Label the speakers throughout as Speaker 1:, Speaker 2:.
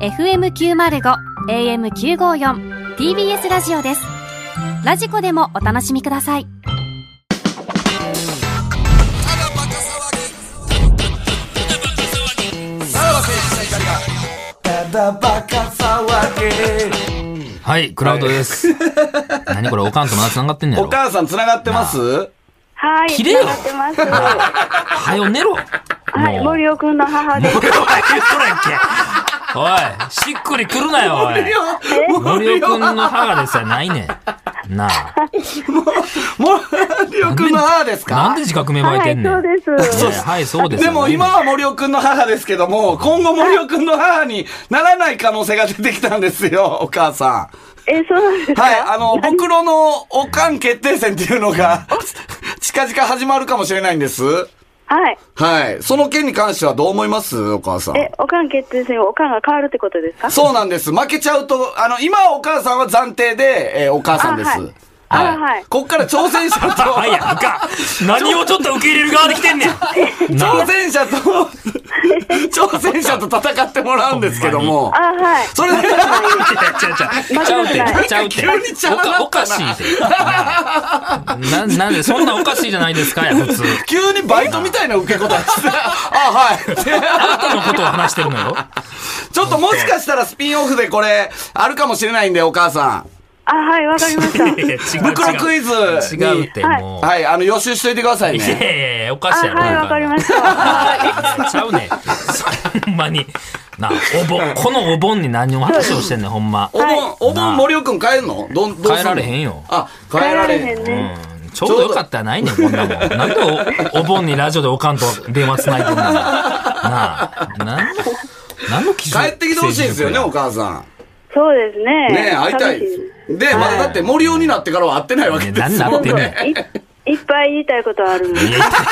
Speaker 1: FM905 AM954 TBS ラジオです。ラジコでもお楽しみください。
Speaker 2: はい、クラウドです。何これ、おかんとまだ繋がってんねやろ。
Speaker 3: お母さん繋がってます？
Speaker 4: はい、
Speaker 2: 綺麗よ。
Speaker 4: 繋がってます。
Speaker 2: はよ寝ろ。
Speaker 4: はい、森尾くんの母です。
Speaker 2: おい、おい、しっくりくるなよ、おい。森尾くんの母ですやないねん。なあ。
Speaker 3: 森尾くんの母ですか？
Speaker 2: なんで自覚芽生えてんねん。
Speaker 4: はい、そうです。
Speaker 2: はい、そうです。
Speaker 3: でも今は森尾くんの母ですけども、今後森尾くんの母にならない可能性が出てきたんですよ、お母さん。
Speaker 4: そうなんですか？
Speaker 3: はい、ボクロのおかん決定戦っていうのが、近々始まるかもしれないんです。
Speaker 4: はい。
Speaker 3: はい。その件に関してはどう思います？お母さん。
Speaker 4: おかん決定戦、おかんが変わるってことですか？
Speaker 3: そうなんです。負けちゃうと、今お母さんは暫定で、お母さんです。
Speaker 4: はい。
Speaker 3: こっから挑戦者と。
Speaker 2: はいや、何をちょっと受け入れる側で来てんねん。
Speaker 3: 挑戦者と戦ってもらうんですけども。
Speaker 4: はい。
Speaker 3: それで、
Speaker 2: ちゃうて。
Speaker 3: 急にちゃうな。
Speaker 2: おかしいって。なんで、そんなおかしいじゃないですか、普通。
Speaker 3: 急にバイトみたいな受け答えして。はい。
Speaker 2: あなたのことを話してるのよ。
Speaker 3: ちょっともしかしたらスピンオフでこれ、あるかもしれないんで、お母さん。
Speaker 4: はい、わかりました。
Speaker 3: 袋クイズに。
Speaker 2: 違うって、もう。
Speaker 3: はい、予習しといてください
Speaker 2: い
Speaker 3: ね。
Speaker 2: や、おかしいやろ。
Speaker 4: はい、わかりました。
Speaker 2: ちゃうねん。ほんまに。このお盆に何を話をしてんねん、ほんま。
Speaker 3: お盆森尾くん帰るの？どうすんの？
Speaker 2: 帰られへんよ。
Speaker 3: 帰られへん
Speaker 4: ね。
Speaker 2: ちょうどよかったらないねん、こんなもん。なんでお盆にラジオでおかんと電話つないでんのに。なあ。何の基準？
Speaker 3: 帰ってきてほしいですよね、お母さん。
Speaker 4: そうですね。
Speaker 3: ねえ、会いたいです。で、まだだって森尾になってからは会ってないわけですよ。
Speaker 2: 何なってんねん。
Speaker 4: いっぱい言いたいことあるんで。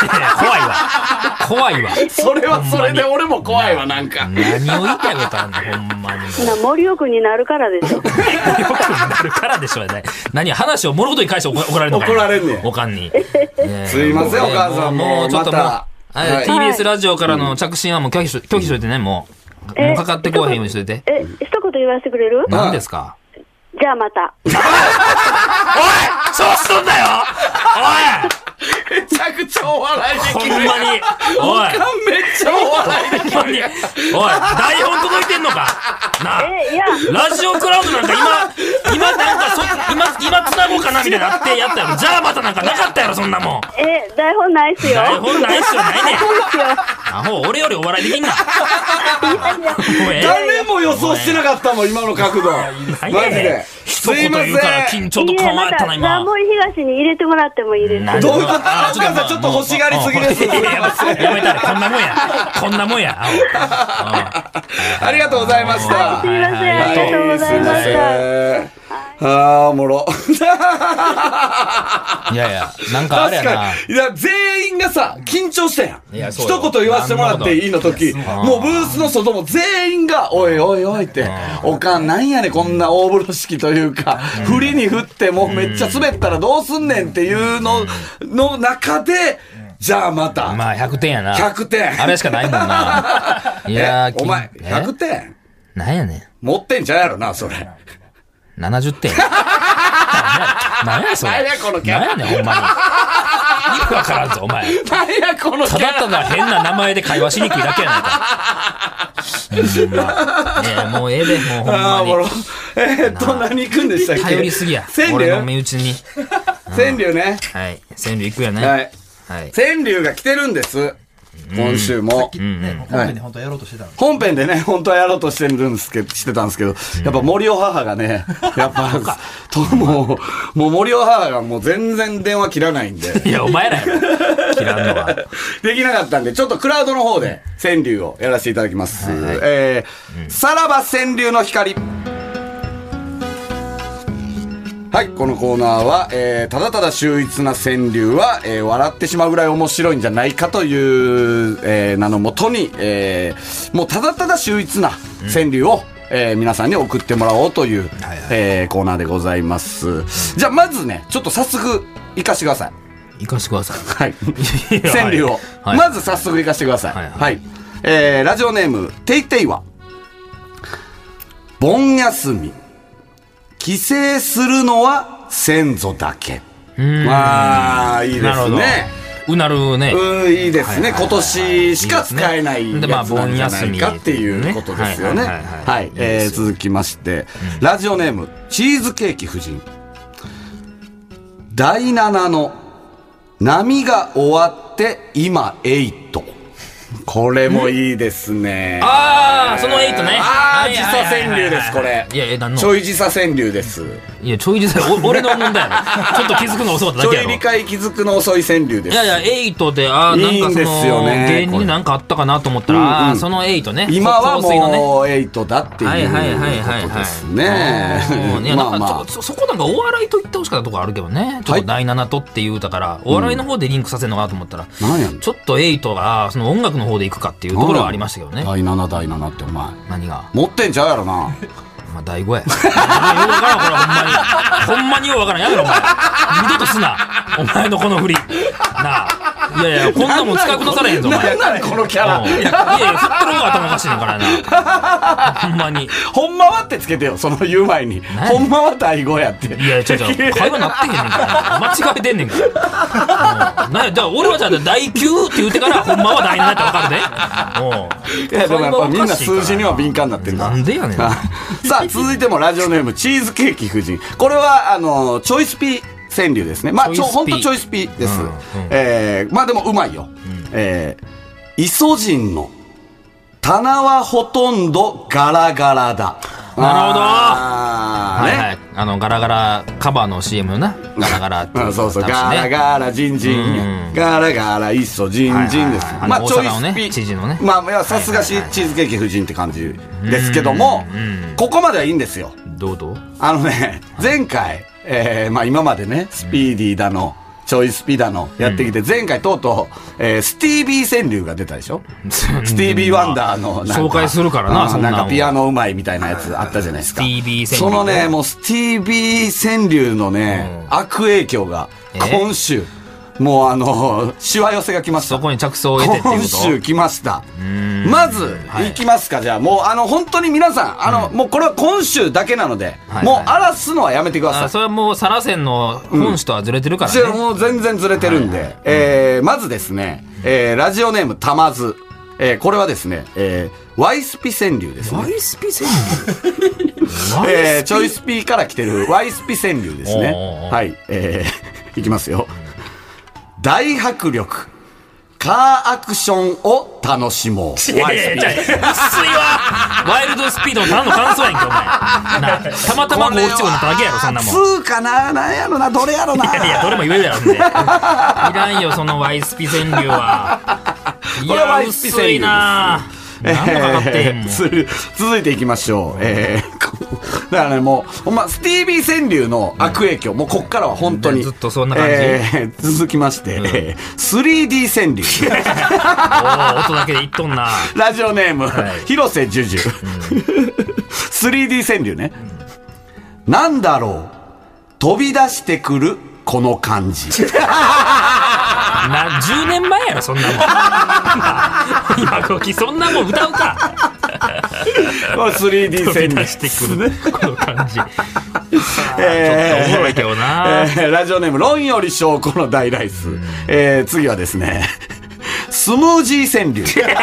Speaker 2: 怖いわ。
Speaker 3: それはそれで俺も怖いわ、なんか。
Speaker 2: 何を言いたいことあんの、ほんまに。
Speaker 4: 森尾くんになるからでしょ。
Speaker 2: 森尾くんになるからでしょ、ね。話を物事に返して怒られるのか。
Speaker 3: 怒られんねん。
Speaker 2: おかんに。
Speaker 3: すいません、お母さん。
Speaker 2: もうちょっとTBS ラジオからの着信はもう拒否しといてね、もうかかってこうへんようにしといて。
Speaker 4: 一言言わせてくれる？
Speaker 2: 何ですか？
Speaker 4: じゃあまた。
Speaker 2: おい！調子とんだよ！おい！
Speaker 3: めちゃくちゃお笑いできる。
Speaker 2: ほんまに。
Speaker 3: おかんめっちゃお笑いできる。
Speaker 2: おい、台本届いてんのかなあ。
Speaker 4: いや。
Speaker 2: ラジオクラウドなんか今なんか今繋ごうかなみたいなってやったやろ。じゃあまたなんかなかったやろ、そんなもん。
Speaker 4: 台本ないっすよ。
Speaker 2: 台本ないっすよ、ないねん。アホ、俺よりお笑いできんな。
Speaker 3: 誰も予想してなかったもん、今の角度。マジで。
Speaker 2: 一言言うから緊張と緩和やったな、今。
Speaker 4: ラモイ東に入れてもらってもいいですか？
Speaker 3: どういうこと？お母さんちょっと欲しがりすぎです。
Speaker 2: やめたら、こんなもんや。
Speaker 3: ありがとうございました。
Speaker 4: すいません、ありがとうございました。
Speaker 3: おもろ。
Speaker 2: いや、なんかあれやな。
Speaker 3: いや、全員がさ、緊張したやん。一言言わせてもらっていいの時、もうブースの外も全員が、おいおいおいって、おかんなんやねん、こんな大風呂敷というか、振りに振ってもうめっちゃ滑ったらどうすんねんっていうの中で、じゃあまた。
Speaker 2: まあ100点やな。
Speaker 3: 100点。
Speaker 2: あれしかないもんな。いや
Speaker 3: お前、100点
Speaker 2: なんやね
Speaker 3: ん。持ってんちゃうやろな、それ。
Speaker 2: 70点。なんやそれ。
Speaker 3: なんやこのキャラ。
Speaker 2: なんやねん、ほんまに。意味わからんぞ、お前。
Speaker 3: なんやこのキャラ。
Speaker 2: ただ変な名前で会話しにくいだけやないか。もうええで、もうほんまに。
Speaker 3: 何行くんでしたっけ？
Speaker 2: 頼りすぎや。
Speaker 3: 川柳？
Speaker 2: 俺の身内に。
Speaker 3: 川柳ね。
Speaker 2: はい。川柳行くやね。
Speaker 3: はい。川柳が来てるんです。今週も。
Speaker 5: 本編で本当はやろうとしてたの。
Speaker 3: 本編でね、本当はやろうとしてたんですけど、やっぱ森尾母がね、やっぱ、もう森尾母がもう全然電話切らないんで。
Speaker 2: いや、お前らやろ。切らんのは。
Speaker 3: できなかったんで、ちょっとクラウドの方で川柳をやらせていただきます。さらば川柳の光。はい、このコーナーは、ただただ秀逸な川柳は、笑ってしまうぐらい面白いんじゃないかという、名のもとに、もうただただ秀逸な川柳を、皆さんに送ってもらおうという、コーナーでございます。じゃあまずね、ちょっと早速行かしてください。
Speaker 2: 行かしてください。
Speaker 3: はい。川柳を、まず早速行かしてください。はい。ラジオネーム、ていていは。 盆休み。帰省するのは先祖だけ。まあ、いいですね。
Speaker 2: うなるね。
Speaker 3: いいですね。今年しか使えないやつなんじゃないかっていうことですよね。はい。続きまして、ラジオネーム、チーズケーキ夫人。第7の波が終わって今8。これもいいですね。
Speaker 2: ああ、その8ね。
Speaker 3: ああ、時差川柳です、これ。
Speaker 2: いや、なんの
Speaker 3: ちょい時差川柳です。
Speaker 2: いや、ちょい時差、俺の問題やろ。ちょっと気づくの遅かっただけやろ。
Speaker 3: ちょい理解気づくの遅い川柳です。
Speaker 2: いやいや、8で、なんかその、芸人になんかあったかなと思ったら、その8ね。
Speaker 3: 今はもう8だっていうことですね。
Speaker 2: まあまあ。そこなんかお笑いと言ってほしかったところあるけどね。ちょっと第7とって言うたから、お笑いの方でリンクさせるのかなと思ったら、ちょっと8が、その音楽の方で行くかっていうところはありましたけどね。
Speaker 3: 第7ってお前。
Speaker 2: 何が
Speaker 3: 持ってんちゃうやろな。
Speaker 2: まあ、第5や。ようわからん、これほんまに。ほんまにようわからん。やめろ、お前。二度とすな。お前のこの振り。なあ。いやいや、こんなもん使いこなされへんぞ、お前。
Speaker 3: なんなんこのキャラ。
Speaker 2: いやいや、振ってる方が頭おかしいねんからな。ほんまに。
Speaker 3: ほんまはってつけてよ、その言う前に。ほんまは第5やって。
Speaker 2: いや、違う。会話なってへんねんから。間違えてんねんから。なんや、じゃあ俺はじゃあ第9って言ってから、ほんまは第7ってわかるで。
Speaker 3: いや、でもやっぱみんな数字には敏感になってるから。
Speaker 2: なんでやねん。
Speaker 3: さあ、続いてもラジオネーム、チーズケーキ夫人。これは、チョイスピー川柳ですね。まあ、ほんとチョイスピーです。まあでもうまいよ。イソジンの棚はほとんどガラガラだ。
Speaker 2: なるほど。はいはい。ガラガラカバーの CM な。ガラガラって。
Speaker 3: そうそう。ガラガラジンジン。ガラガライソジンジンです。まあ、チョイスピー。
Speaker 2: 知事のね。
Speaker 3: まあ、さすがチーズケーキ夫人って感じですけども、ここまではいいんですよ。
Speaker 2: どう
Speaker 3: 前回、まあ今までね、スピーディーだの、チョイスピだのやってきて、前回とうとう、スティービー川柳が出たでしょ。スティービー・ワンダーの
Speaker 2: 紹介するからな、そんな
Speaker 3: なんかピアノうまいみたいなやつあったじゃないですか。
Speaker 2: スティービー川柳。
Speaker 3: そのね、もうスティービー川柳のね、悪影響が今週、もうしわ寄せが来ました。
Speaker 2: そこに着想を得てっていうこと。
Speaker 3: 今週来ました。まず、いきますか、じゃあ。もう本当に皆さん、もうこれは今週だけなので、もう荒らすのはやめてください。
Speaker 2: それはもうサラセンの本誌とはずれてるからね。
Speaker 3: もう全然ずれてるんで。まずですね、ラジオネームたまず。これはですね、ワイスピ川柳ですね。
Speaker 2: ワイスピ川柳
Speaker 3: チョイスピから来てるワイスピ川柳ですね。はい。いきますよ。大迫力カーアクションを楽しもう。
Speaker 2: 薄いわ。ワイルドスピードのただの感想やんけ、お前。たまたま5口になっただけやろ、そんなもん。
Speaker 3: 2かな、なんやろな、どれやろな。
Speaker 2: いや、どれも言えるやろんで。いらんよ、そのワイスピ川柳は。いや、薄いな。何もかかってへんもん。
Speaker 3: 続いていきましょう。だからね、もう、ほんま、スティービー川柳の悪影響、もうこっからは本当に。
Speaker 2: ずっとそんな感
Speaker 3: じ。続きまして、3D 川柳。
Speaker 2: 音だけで言っとんな。
Speaker 3: ラジオネーム、広瀬ジュジュ。3D 川柳ね。なんだろう、飛び出してくる、この感じ。
Speaker 2: 10年前やろ、そんなもん。今時そんなもん歌うか。
Speaker 3: 3D 川柳
Speaker 2: してくるこの感じ。ちょっとおもろいけどな。
Speaker 3: ラジオネーム論より証拠の大ライス。次はですね、スムージー川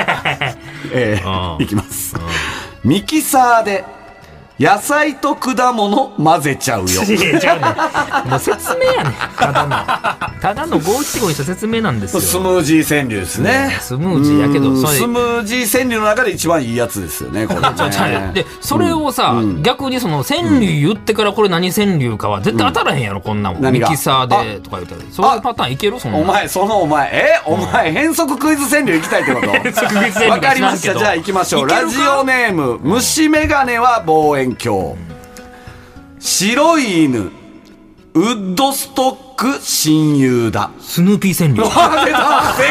Speaker 3: 柳。いきます。ミキサーで野菜と果物混ぜちゃうよ。
Speaker 2: 違うね。もう説明やねん。ただの五七五にした説明なんですよ。
Speaker 3: スムージー川柳ですね。
Speaker 2: スムージーやけど、
Speaker 3: スムージー川柳の中で一番いいやつですよね、これね。
Speaker 2: で、それをさ、逆にその川柳言ってからこれ何川柳かは絶対当たらへんやろ、こんなもん。ミキサーでとか言ったら。そういうパターンいけるそんな。
Speaker 3: お前、変則クイズ川柳行きたいってこと？
Speaker 2: 変則クイズ川柳
Speaker 3: わかりました。じゃあ行きましょう。ラジオネーム、虫眼鏡は望遠鏡。白い犬ウッドストック親友だ。
Speaker 2: スヌーピー川柳。
Speaker 3: 出た、正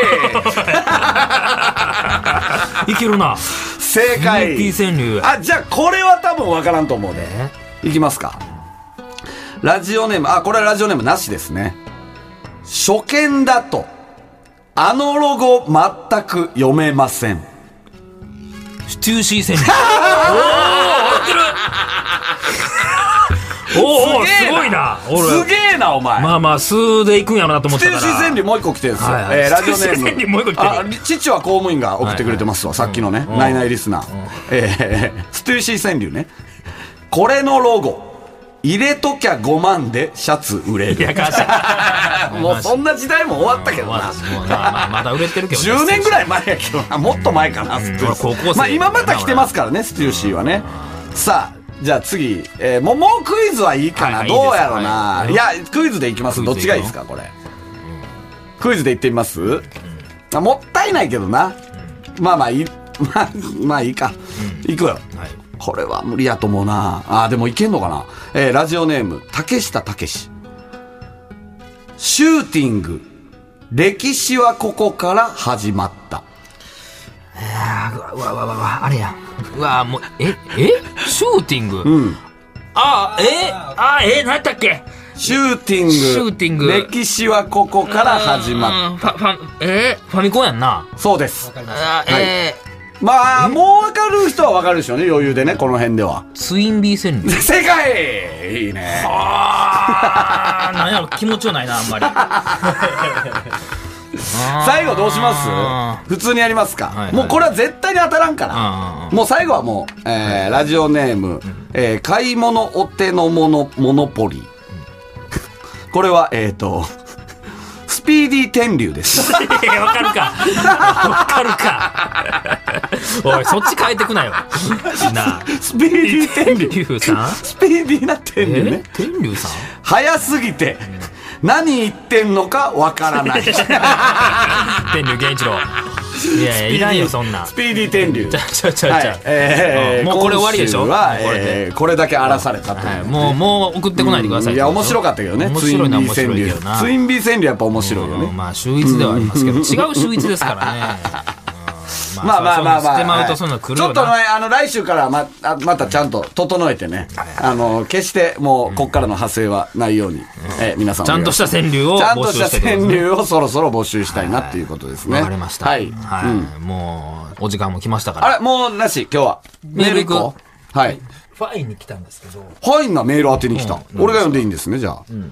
Speaker 2: 解。いけるな。
Speaker 3: 正解。
Speaker 2: スヌーピー川柳。
Speaker 3: じゃあこれは多分わからんと思うね。いきますか。ラジオネーム、これはラジオネームなしですね。初見だとロゴ全く読めません。
Speaker 2: シチューシー川柳。 ってるおお、すごいな。
Speaker 3: すげえな、お前。
Speaker 2: まあまあ、数で行くんやろなと思ってたから。
Speaker 3: ステーシー川柳もう一個来てるんですよ。
Speaker 2: はいはい
Speaker 3: ラジオネーム。
Speaker 2: ステーシー川柳もう一個来てる。
Speaker 3: 父は公務員が送ってくれてますわ、さっきのね、ナイナイリスナー。ステーシー川柳ね。これのロゴ、入れときゃ5万でシャツ売れる。
Speaker 2: いやかし
Speaker 3: もうそんな時代も終わったけどな。
Speaker 2: まだ売れてるけどね。
Speaker 3: 10年ぐらい前やけどな。もっと前かな、ステューシー。
Speaker 2: 高校生。
Speaker 3: まあ今また来てますからね、ステューシーはね。さあ、じゃあ次、もうクイズはいいかな。どうやろうな。いや、クイズでいきます。どっちがいいですか、これ。クイズでいってみます？もったいないけどな。まあいい。まあいいか。いくよ。これは無理やと思うな。でもいけんのかな。ラジオネーム、竹下武史。シューティング。歴史はここから始まった。
Speaker 2: うわ、あれや。うわ、もう、シューティング。何やったっけ。
Speaker 3: シューティング。歴史はここから始まった。
Speaker 2: ファミコンやんな。
Speaker 3: そうです。まあ、もう分かる人は分かるでしょうね、余裕でね、この辺では。
Speaker 2: ツインビー川柳。
Speaker 3: 正解いいね。
Speaker 2: なんやろ、気持ちよないな、あんまり。
Speaker 3: 最後どうします普通にやりますか、もうこれは絶対に当たらんから。もう最後はもう、ラジオネーム、買い物お手のモノポリー。これは、スピーディー天竜です。
Speaker 2: わかるか。おい、そっち変えてくなよ。なあ。
Speaker 3: スピーディー天竜
Speaker 2: さん。
Speaker 3: スピーディーな天竜ね。
Speaker 2: 天竜さん。
Speaker 3: 早すぎて、何言ってんのかわからない。
Speaker 2: 天竜源一郎。いやいらんよ、そんな。
Speaker 3: スピーディー天竜。
Speaker 2: もうこれ終わりでしょ。
Speaker 3: これだけ荒らされたと。
Speaker 2: もう送ってこないでください。
Speaker 3: いや、面白かったけどね。
Speaker 2: 面白いな、面白いけどな。
Speaker 3: ツインビー川柳やっぱ面白いよね。
Speaker 2: まあ、秀逸ではありますけど、違う秀逸ですからね。
Speaker 3: まあ。
Speaker 2: 捨てまうとそういうの来るよな。
Speaker 3: ちょっとね、来週からまたちゃんと整えてね。決してもう、こっからの派生はないように、皆さん。
Speaker 2: ちゃんとした川柳を募集して。ちゃんとした
Speaker 3: 川柳をそろそろ募集したいなっていうことですね。
Speaker 2: わかりました。はい。もう、お時間も来ましたから。
Speaker 3: あれ、もうなし、今日は。メール行こう。はい。
Speaker 5: ファインに来たんですけど。
Speaker 3: ファインなメール当てに来た。俺が読んでいいんですね、じゃあ。フ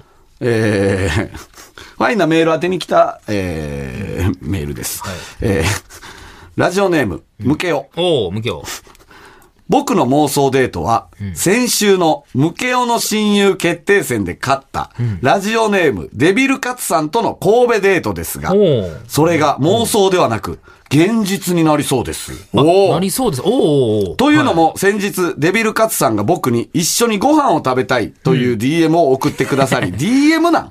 Speaker 3: ァインなメール当てに来た、メールです。ラジオネーム、ムケオ。
Speaker 2: ムケオ。
Speaker 3: 僕の妄想デートは、先週のムケオの親友決定戦で勝った、ラジオネーム、デビルカツさんとの神戸デートですが、それが妄想ではなく、現実になりそうです。
Speaker 2: なりそうです。
Speaker 3: というのも、先日、デビルカツさんが僕に一緒にご飯を食べたいという DM を送ってくださり、DM なん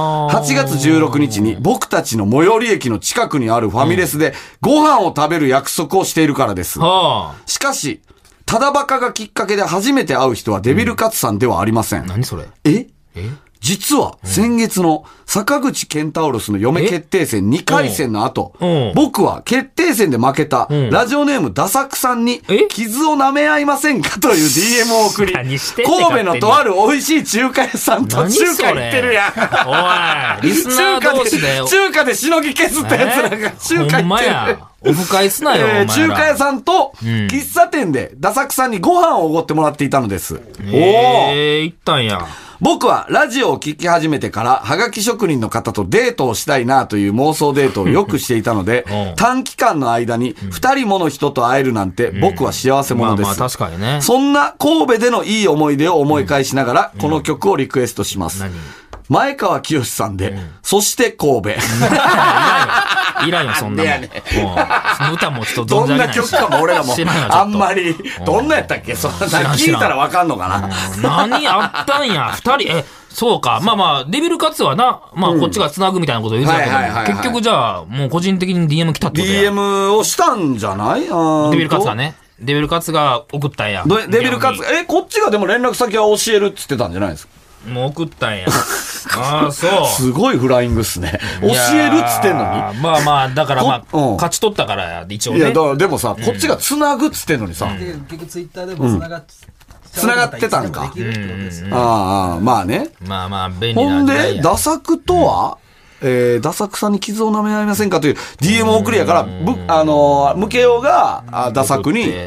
Speaker 3: ?8 月16日に僕たちの最寄り駅の近くにあるファミレスでご飯を食べる約束をしているからです。しかし、ただバカがきっかけで初めて会う人はデビルカツさんではありません。
Speaker 2: 何それ？
Speaker 3: 実は先月の坂口ケンタウロスの嫁決定戦2回戦の後、僕は決定戦で負けたラジオネームダサクさんに傷を舐め合いませんかという DM を送り、神戸のとある美味しい中華屋さんと中華行ってるやん。
Speaker 2: おい、リスナー同士で
Speaker 3: 中華でしのぎ削った奴らが中華行ってる。
Speaker 2: オフ会すなよ、
Speaker 3: 中華屋さんと喫茶店でダサクさんにご飯をおごってもらっていたのです。
Speaker 2: 行ったんや。
Speaker 3: 僕はラジオを聞き始めてからハガキ職人の方とデートをしたいなという妄想デートをよくしていたので、短期間の間に2人もの人と会えるなんて僕は幸せ者です。
Speaker 2: 確かにね。
Speaker 3: そんな神戸でのいい思い出を思い返しながらこの曲をリクエストします。前川清さんで、そして神戸。
Speaker 2: いらんよ、そんなもん。その歌もちょっと存じ上げないし。
Speaker 3: どんな曲かも俺らもあんまり、どんなやったっけそんな聞いたらわかんのかな。
Speaker 2: 何あったんや、二人、そうか。まあ、デビルカツはな、こっちが繋ぐみたいなことを言うてたけど、結局じゃあ、もう個人的に DM 来たってことや。
Speaker 3: DM をしたんじゃない？
Speaker 2: デビルカツがね。デビルカツが送ったんや。
Speaker 3: デビルカツ、こっちがでも連絡先は教えるって言ってたんじゃないですか？
Speaker 2: もう送ったんや。そう。
Speaker 3: すごいフライングっすね。教えるっつってんのに。
Speaker 2: だから勝ち取ったからや、一応ね。
Speaker 3: いや、でもさ、こっちが繋ぐっつってんのにさ。
Speaker 5: 結局ツイッターでも
Speaker 3: 繋がってたんか。まあね。
Speaker 2: 便利な
Speaker 3: ほんで、ダサクとは、ダサクさんに傷を舐め合いませんかという DM 送りやから、ムケオがダサクに、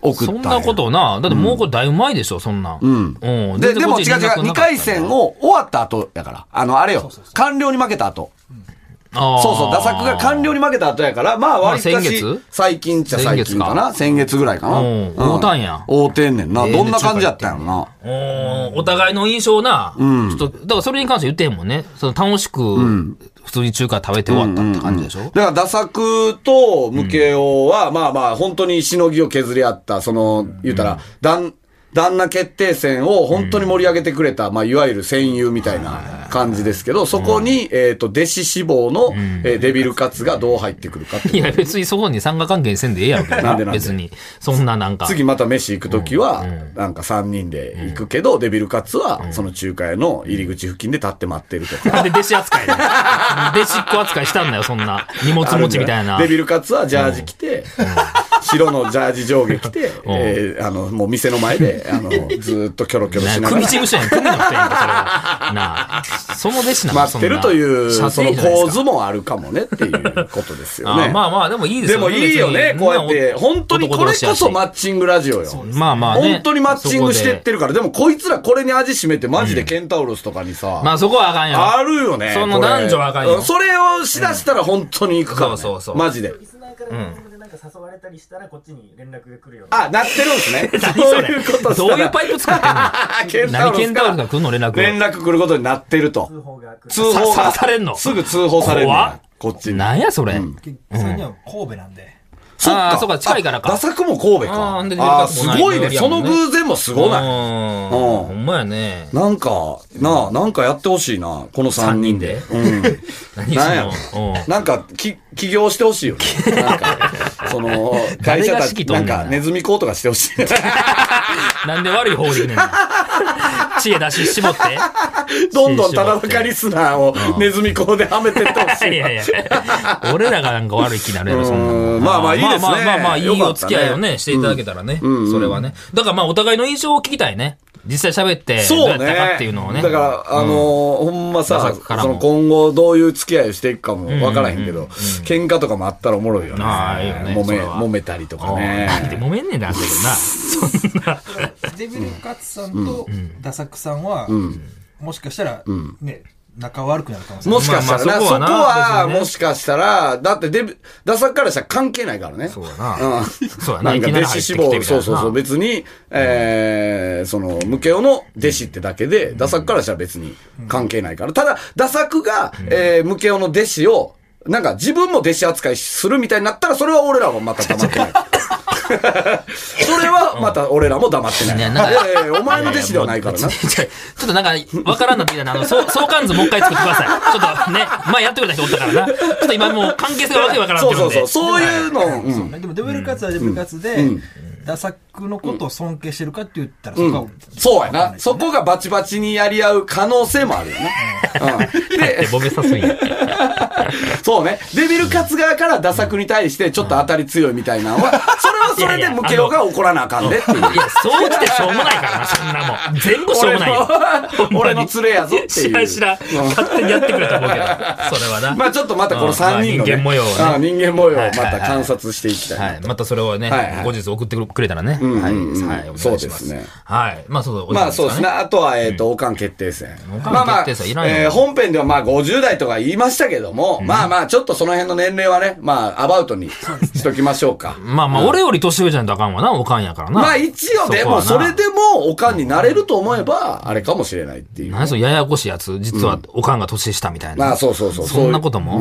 Speaker 3: 送ったんや。
Speaker 2: そんなことな。だってもうこれだいぶ前でしょ、そんなん。
Speaker 3: うん。でも違う違う、2回戦を終わった後やから。あれよ。官僚に負けた後。そうそう、打作が官僚に負けた後やから、まあ割かし最近っちゃ最近かな。先月ぐらいかな。
Speaker 2: 会うたんや。
Speaker 3: 会うてんねんな。どんな感じやったんやろな。
Speaker 2: お互いの印象な。ちょっと、だからそれに関して言ってへんもんね。その楽しく、普通に中華食べて終わったって感じでしょ。だ
Speaker 3: から打作とムケオは、まあまあ本当にしのぎを削り合った、言うたら、旦那決定戦を本当に盛り上げてくれた、まあ、いわゆる戦友みたいな感じですけど、そこに、弟子志望の、デビルカツがどう入ってくるかって。
Speaker 2: いや、別にそこに参加関係にせんでええやろけどな。別に。そんななんか。
Speaker 3: 次また飯行くときは、なんか3人で行くけど、デビルカツは、その中華屋の入り口付近で立って待ってるとか。
Speaker 2: なんで弟子扱いだ弟子っ子扱いしたんだよ、そんな。荷物持ちみたいな。
Speaker 3: デビルカツはジャージ着て、白のジャージ上下着て、もう店の前で、ずーっとキョロキョロしながら。
Speaker 2: 組事務所やん、組の人やんか、それは。なあ。その弟子なの。
Speaker 3: 待ってるという、その構図もあるかもねっていうことですよね。
Speaker 2: まあまあ、でもいいですよ
Speaker 3: ね。でもいいよね、こうやって。本当にこれこそマッチングラジオよ。
Speaker 2: まあまあ
Speaker 3: 本当にマッチングしてってるから。でもこいつらこれに味しめてマジでケンタウロスとかにさ。
Speaker 2: まあそこはあかんよ。
Speaker 3: あるよね。
Speaker 2: その男女はあかんよ。
Speaker 3: それをしだしたら本当に行くから。
Speaker 2: そうそう。
Speaker 3: マジで。
Speaker 5: 誘われたりしたらこっちに連絡が来るよ。
Speaker 3: あ、なってるんですね。
Speaker 2: そういうことどういうパイプ作ってんの何ケンタウロスが来るの連絡。
Speaker 3: 連絡来ることになってると。
Speaker 5: 通報が来る。
Speaker 3: 通報が
Speaker 2: されんの
Speaker 3: すぐ通報されるの。こっちに。
Speaker 2: なんやそれ。
Speaker 5: それには神戸なんで。
Speaker 3: そっか。
Speaker 2: そうか、近いからか。
Speaker 3: 打作も神戸か。すごいね。その偶然もすごない。
Speaker 2: ほんまやね。
Speaker 3: なんかやってほしいな。この3人で。
Speaker 2: 何
Speaker 3: やなんか、起業してほしいよね。なんか、会社たち、なんか、ネズミ講とかしてほしい。
Speaker 2: なんで悪い方にねんの知恵出し絞って。
Speaker 3: どんどんただバカリスナーをネズミ講ではめてってほしい。
Speaker 2: いやいや。俺らがなんか悪い気になるやろ、そんな。
Speaker 3: まあまあいいですね。
Speaker 2: まあいいお付き合いをね、していただけたらね。それはね。だからまあお互いの印象を聞きたいね。実際喋って、どうやったかっていうのをね。
Speaker 3: だから、ほんまさ、今後どういう付き合いをしていくかもわからへんけど、喧嘩とかもあったらおもろいよね。
Speaker 2: ああ、いいよね。
Speaker 3: 揉めたりとかね。
Speaker 2: なんで揉めんねんだってけどな。そんな。
Speaker 5: デビルカツさんとダサクさんは、もしかしたら、ね、仲悪くなるかもしれない。
Speaker 3: もしかしたらそこは、もしかしたら、だって、ダサからしたら関係ないからね。
Speaker 2: そうだな。そうだな。
Speaker 3: なんか弟子志望、そう、別に、ムケオの弟子ってだけで、ダサからしたら別に関係ないから。ただ、ダサが、ムケオの弟子を、なんか自分も弟子扱いするみたいになったら、それは俺らはまた黙ってない。それはまた俺らも黙ってない。お前の弟子ではないからな。
Speaker 2: ちょっとなんか、わからんなってきたな。相関図もう一回作ってください。ちょっとね、前やってくれた人おったからな。ちょっと今もう関係性がわけわからんってるんで。
Speaker 3: そういうの。
Speaker 5: でもデビルカツはデビルカツで、ダサクのことを尊敬してるかって言ったら、そこは、
Speaker 3: そうやな。そこがバチバチにやり合う可能性もあるよな。
Speaker 2: で、ボケさすんや。
Speaker 3: そうね。デビルカツ側からダサクに対してちょっと当たり強いみたいなのは、それはそれでムケオが怒らなあかんでっていう。い
Speaker 2: や、そう来てしょうもないからな、そんなもん。全部しょうもないよ。
Speaker 3: 俺の連れやぞっていう。
Speaker 2: 知らん。勝手にやってくれと思うけど。それはな。
Speaker 3: まあちょっとまたこの3人の
Speaker 2: 人間模様をね。
Speaker 3: 人間模様をまた観察していきたい。
Speaker 2: はい。またそれをね、後日送ってくれたらね。はい。
Speaker 3: そうですね。
Speaker 2: はい。まあそう
Speaker 3: ですね。あとは、王冠決定戦。
Speaker 2: まあまあ、
Speaker 3: 本編ではまあ50代とか言いましたけども、まあまあちょっとその辺の年齢はね、まあアバウトにしときましょうか。
Speaker 2: まあまあ、俺より年上じゃんとあかんわな、おかんやからな。
Speaker 3: まあ一応でも、それでもおかんになれると思えば、あれかもしれないっていう。
Speaker 2: 何そのややこしいやつ、実はおかんが年下みたいな。
Speaker 3: まあそう。
Speaker 2: そんなことも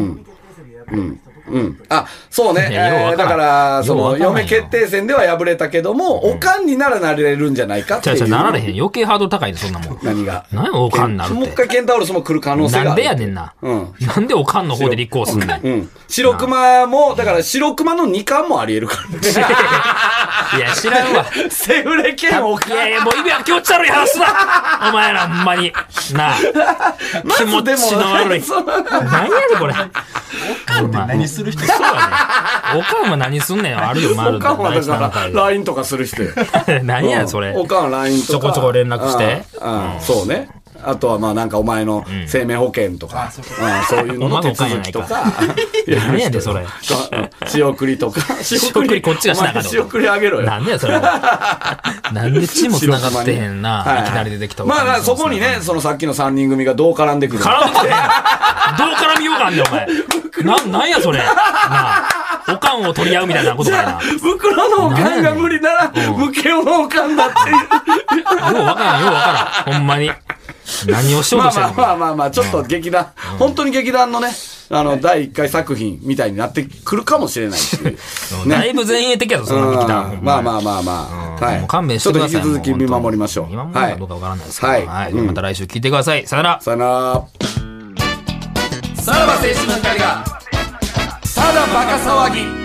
Speaker 3: あ、そうね。だから、嫁決定戦では敗れたけども、おかんにならなれるんじゃないかっていう。
Speaker 2: なられへん。余計ハードル高いで、そんなもん。
Speaker 3: 何が
Speaker 2: 何おかんになるって。
Speaker 3: もう一回ケンタウロスも来る可能性がある。
Speaker 2: なんでやねんな。なんでおかんの方で立候補すんねん。
Speaker 3: 白熊も、だから白熊の2冠もあり得るからね。
Speaker 2: いや、知らんわ。
Speaker 3: セフレ兼おかん。
Speaker 2: いやいや、もう意味は気持ち悪い話すなお前ら、ほんまに。なあ。気持ちの悪い。何やねん、これ。
Speaker 5: おかんって何する人？
Speaker 2: そうやね。おかんは何すんねん。あるよ、
Speaker 3: おかんはだから、LINE とかする人。
Speaker 2: 何や、それ。
Speaker 3: おかんは LINE とか。
Speaker 2: ちょこちょこ連絡して。
Speaker 3: そうね。 あとはまあなんかお前の生命保険とか、そういうのの手続きとか。
Speaker 2: 何やでそれ。
Speaker 3: 仕送りとか。
Speaker 2: 仕送りこっちがしなかった。
Speaker 3: 仕送りあげろよ。
Speaker 2: なんでやそれ。なんで血も繋がってへんな。いきなり出てきた。
Speaker 3: まあそこにね、そのさっきの3人組がどう絡んでくる。
Speaker 2: 絡んでくれへん。どう絡みようかんねんお前。なんやそれ。なあ。おかんを取り合うみたいなことかな。
Speaker 3: 袋のおかんが無理なら、ムケオのおかんだっていう。よ
Speaker 2: うわからん。ほんまに。何をしようとしてるのか。
Speaker 3: まあ、ちょっと劇団、本当に劇団のね、第1回作品みたいになってくるかもしれないし。
Speaker 2: だいぶ前衛的やぞ、その劇団。
Speaker 3: まあ。はい。
Speaker 2: もう勘弁してください。
Speaker 3: ちょっと引き続き見守りましょう。
Speaker 2: 見守るかどうかわからないですけど。はい。また来週聞いてください。さよなら。
Speaker 3: さよなら。さらば青春の光が、ただバカ騒ぎ。